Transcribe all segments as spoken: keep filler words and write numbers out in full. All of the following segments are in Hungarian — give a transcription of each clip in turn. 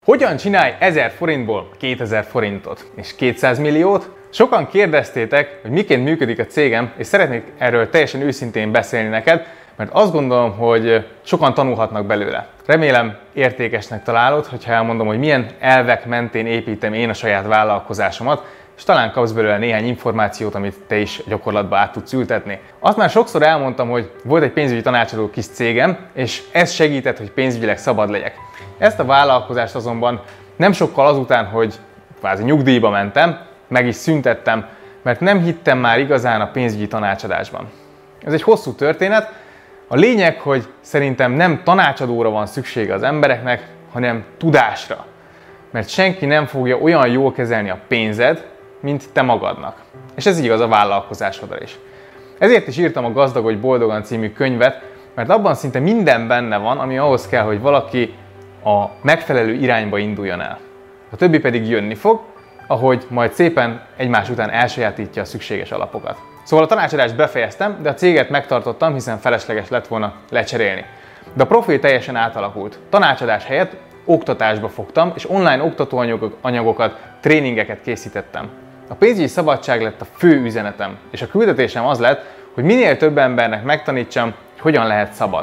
Hogyan csinálj ezer forintból kétezer forintot és kétszáz milliót? Sokan kérdeztétek, hogy miként működik a cégem, és szeretnék erről teljesen őszintén beszélni neked, mert azt gondolom, hogy sokan tanulhatnak belőle. Remélem értékesnek találod, hogyha elmondom, hogy milyen elvek mentén építem én a saját vállalkozásomat, és talán kapsz belőle néhány információt, amit te is gyakorlatba át tudsz ültetni. Azt már sokszor elmondtam, hogy volt egy pénzügyi tanácsadó kis cégem, és ez segített, hogy pénzügyileg szabad legyek. Ezt a vállalkozást azonban nem sokkal azután, hogy kvázi nyugdíjba mentem, meg is szüntettem, mert nem hittem már igazán a pénzügyi tanácsadásban. Ez egy hosszú történet. A lényeg, hogy szerintem nem tanácsadóra van szüksége az embereknek, hanem tudásra. Mert senki nem fogja olyan jól kezelni a pénzed, mint te magadnak. És ez igaz a vállalkozásodra is. Ezért is írtam a Gazdagodj boldogan című könyvet, mert abban szinte minden benne van, ami ahhoz kell, hogy valaki a megfelelő irányba induljon el. A többi pedig jönni fog, ahogy majd szépen egymás után elsajátítja a szükséges alapokat. Szóval a tanácsadást befejeztem, de a céget megtartottam, hiszen felesleges lett volna lecserélni. De a profil teljesen átalakult. Tanácsadás helyett oktatásba fogtam, és online oktatóanyagokat, tréningeket készítettem. A pénzügyi szabadság lett a fő üzenetem, és a küldetésem az lett, hogy minél több embernek megtanítsam, hogy hogyan lehet szabad.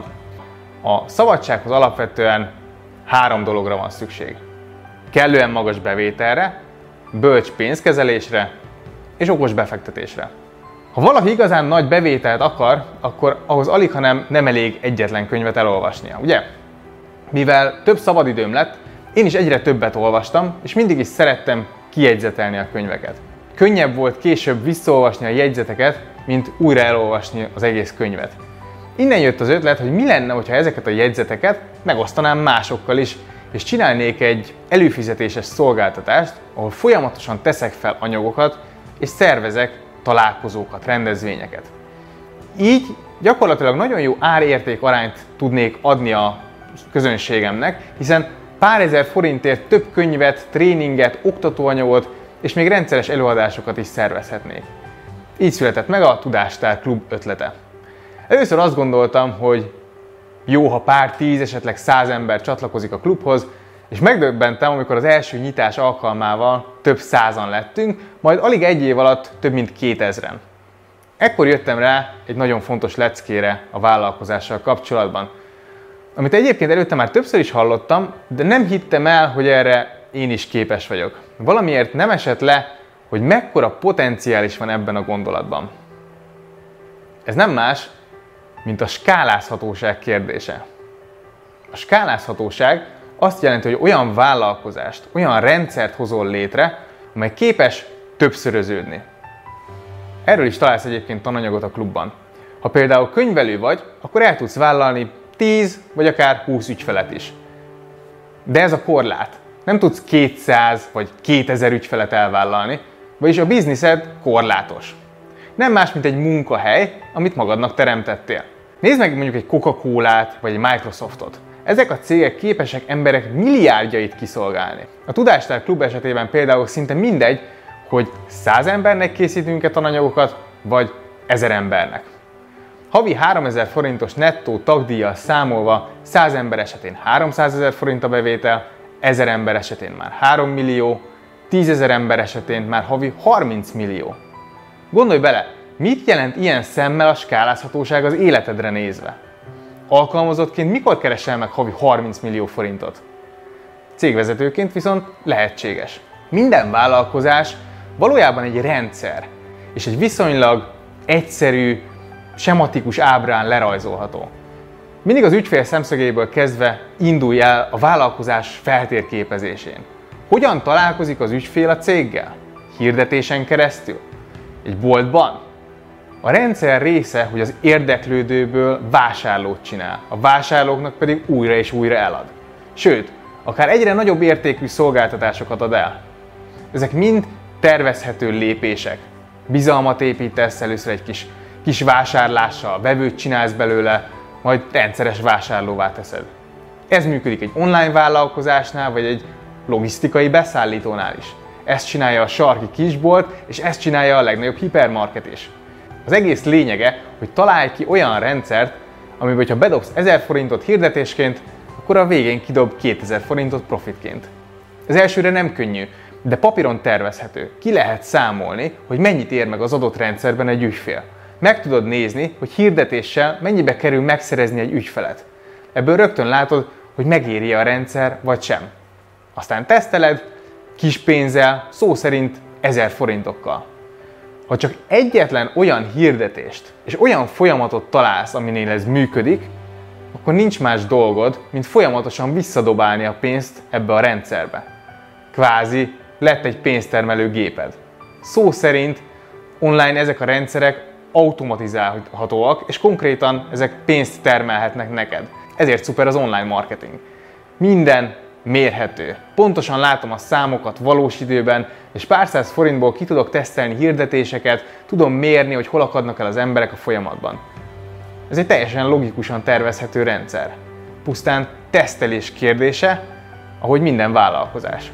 A szabadsághoz alapvetően három dologra van szükség. Kellően magas bevételre, bölcs pénzkezelésre és okos befektetésre. Ha valaki igazán nagy bevételt akar, akkor ahhoz alig, hanem nem elég egyetlen könyvet elolvasnia, ugye? Mivel több szabadidőm lett, én is egyre többet olvastam, és mindig is szerettem kijegyzetelni a könyveket. Könnyebb volt később visszaolvasni a jegyzeteket, mint újra elolvasni az egész könyvet. Innen jött az ötlet, hogy mi lenne, ha ezeket a jegyzeteket megosztanám másokkal is, és csinálnék egy előfizetéses szolgáltatást, ahol folyamatosan teszek fel anyagokat, és szervezek találkozókat, rendezvényeket. Így gyakorlatilag nagyon jó ár-érték arányt tudnék adni a közönségemnek, hiszen pár ezer forintért több könyvet, tréninget, oktatóanyagot és még rendszeres előadásokat is szervezhetnék. Így született meg a Tudástár Klub ötlete. Először azt gondoltam, hogy jó, ha pár tíz, esetleg száz ember csatlakozik a klubhoz, és megdöbbentem, amikor az első nyitás alkalmával több százan lettünk, majd alig egy év alatt több mint kétezren. Ekkor jöttem rá egy nagyon fontos leckére a vállalkozással kapcsolatban, amit egyébként előtte már többször is hallottam, de nem hittem el, hogy erre én is képes vagyok. Valamiért nem esett le, hogy mekkora potenciál is van ebben a gondolatban. Ez nem más, mint a skálázhatóság kérdése. A skálázhatóság azt jelenti, hogy olyan vállalkozást, olyan rendszert hozol létre, amely képes többszöröződni. Erről is találsz egyébként tananyagot a klubban. Ha például könyvelő vagy, akkor el tudsz vállalni tíz vagy akár húsz ügyfelet is. De ez a korlát. Nem tudsz kétszáz vagy kétezer ügyfelet elvállalni, vagyis a bizniszed korlátos. Nem más, mint egy munkahely, amit magadnak teremtettél. Nézd meg mondjuk egy Coca-Colát vagy egy Microsoftot. Ezek a cégek képesek emberek milliárdjait kiszolgálni. A Tudástár Klub esetében például szinte mindegy, hogy száz embernek készítünk-e tananyagokat, vagy ezer embernek. Havi háromezer forintos nettó tagdíjjal számolva száz ember esetén háromszázezer forint a bevétel, ezer ember esetén már három millió, tízezer ember esetén már havi harminc millió. Gondolj bele, mit jelent ilyen szemmel a skálázhatóság az életedre nézve? Alkalmazottként mikor keresel meg havi harminc millió forintot? Cégvezetőként viszont lehetséges. Minden vállalkozás valójában egy rendszer, és egy viszonylag egyszerű, sematikus ábrán lerajzolható. Mindig az ügyfél szemszögéből kezdve indulj el a vállalkozás feltérképezésén. Hogyan találkozik az ügyfél a céggel? Hirdetésen keresztül? Egy boltban? A rendszer része, hogy az érdeklődőből vásárlót csinál, a vásárlóknak pedig újra és újra elad. Sőt, akár egyre nagyobb értékű szolgáltatásokat ad el. Ezek mind tervezhető lépések. Bizalmat építesz először egy kis, kis vásárlással, vevőt csinálsz belőle, majd rendszeres vásárlóvá teszed. Ez működik egy online vállalkozásnál, vagy egy logisztikai beszállítónál is. Ezt csinálja a sarki kisbolt, és ezt csinálja a legnagyobb hipermarket is. Az egész lényege, hogy találj ki olyan rendszert, amiben, hogyha bedobsz ezer forintot hirdetésként, akkor a végén kidob kétezer forintot profitként. Ez elsőre nem könnyű, de papíron tervezhető. Ki lehet számolni, hogy mennyit ér meg az adott rendszerben egy ügyfél. Meg tudod nézni, hogy hirdetéssel mennyibe kerül megszerezni egy ügyfelet. Ebből rögtön látod, hogy megéri a rendszer vagy sem. Aztán teszteled, kis pénzzel, szó szerint ezer forintokkal. Ha csak egyetlen olyan hirdetést és olyan folyamatot találsz, aminél ez működik, akkor nincs más dolgod, mint folyamatosan visszadobálni a pénzt ebbe a rendszerbe. Kvázi lett egy pénztermelő géped. Szó szerint online ezek a rendszerek automatizálhatóak, és konkrétan ezek pénzt termelhetnek neked. Ezért szuper az online marketing. Minden mérhető. Pontosan látom a számokat valós időben, és pár száz forintból ki tudok tesztelni hirdetéseket, tudom mérni, hogy hol akadnak el az emberek a folyamatban. Ez egy teljesen logikusan tervezhető rendszer. Pusztán tesztelés kérdése, ahogy minden vállalkozás.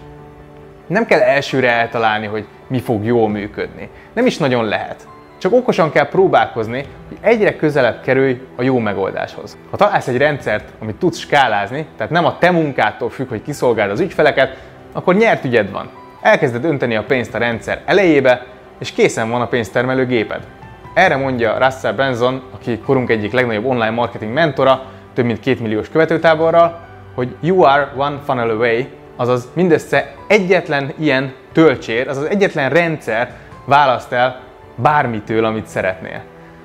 Nem kell elsőre eltalálni, hogy mi fog jól működni. Nem is nagyon lehet. Csak okosan kell próbálkozni, hogy egyre közelebb kerülj a jó megoldáshoz. Ha találsz egy rendszert, amit tudsz skálázni, tehát nem a te munkádtól függ, hogy kiszolgáld az ügyfeleket, akkor nyert ügyed van. Elkezded önteni a pénzt a rendszer elejébe, és készen van a pénztermelő géped. Erre mondja Russell Brunson, aki korunk egyik legnagyobb online marketing mentora, több mint két milliós követőtáborral, hogy you are one funnel away, azaz mindössze egyetlen ilyen töltsér, azaz egyetlen rendszer választ el bármitől, amit szeretnél.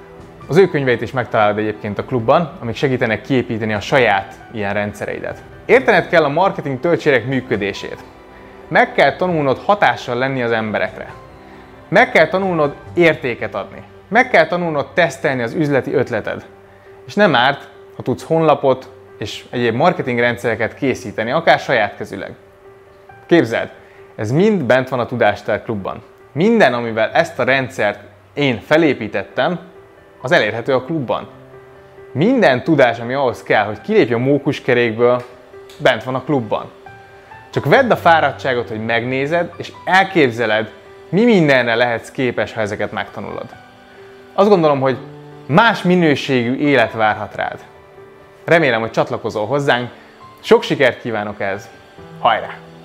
Az ő könyveit is megtalálod egyébként a klubban, amik segítenek kiépíteni a saját ilyen rendszereidet. Értened kell a marketing töltsérek működését. Meg kell tanulnod hatással lenni az emberekre. Meg kell tanulnod értéket adni. Meg kell tanulnod tesztelni az üzleti ötleted. És nem árt, ha tudsz honlapot és egyéb marketing rendszereket készíteni, akár saját kezűleg. Képzeld, ez mind bent van a Tudástár klubban. Minden, amivel ezt a rendszert én felépítettem, az elérhető a klubban. Minden tudás, ami ahhoz kell, hogy kilépj a mókuskerékből, bent van a klubban. Csak vedd a fáradtságot, hogy megnézed, és elképzeled, mi mindenre lehetsz képes, ha ezeket megtanulod. Azt gondolom, hogy más minőségű élet várhat rád. Remélem, hogy csatlakozol hozzánk. Sok sikert kívánok ehhez. Hajrá!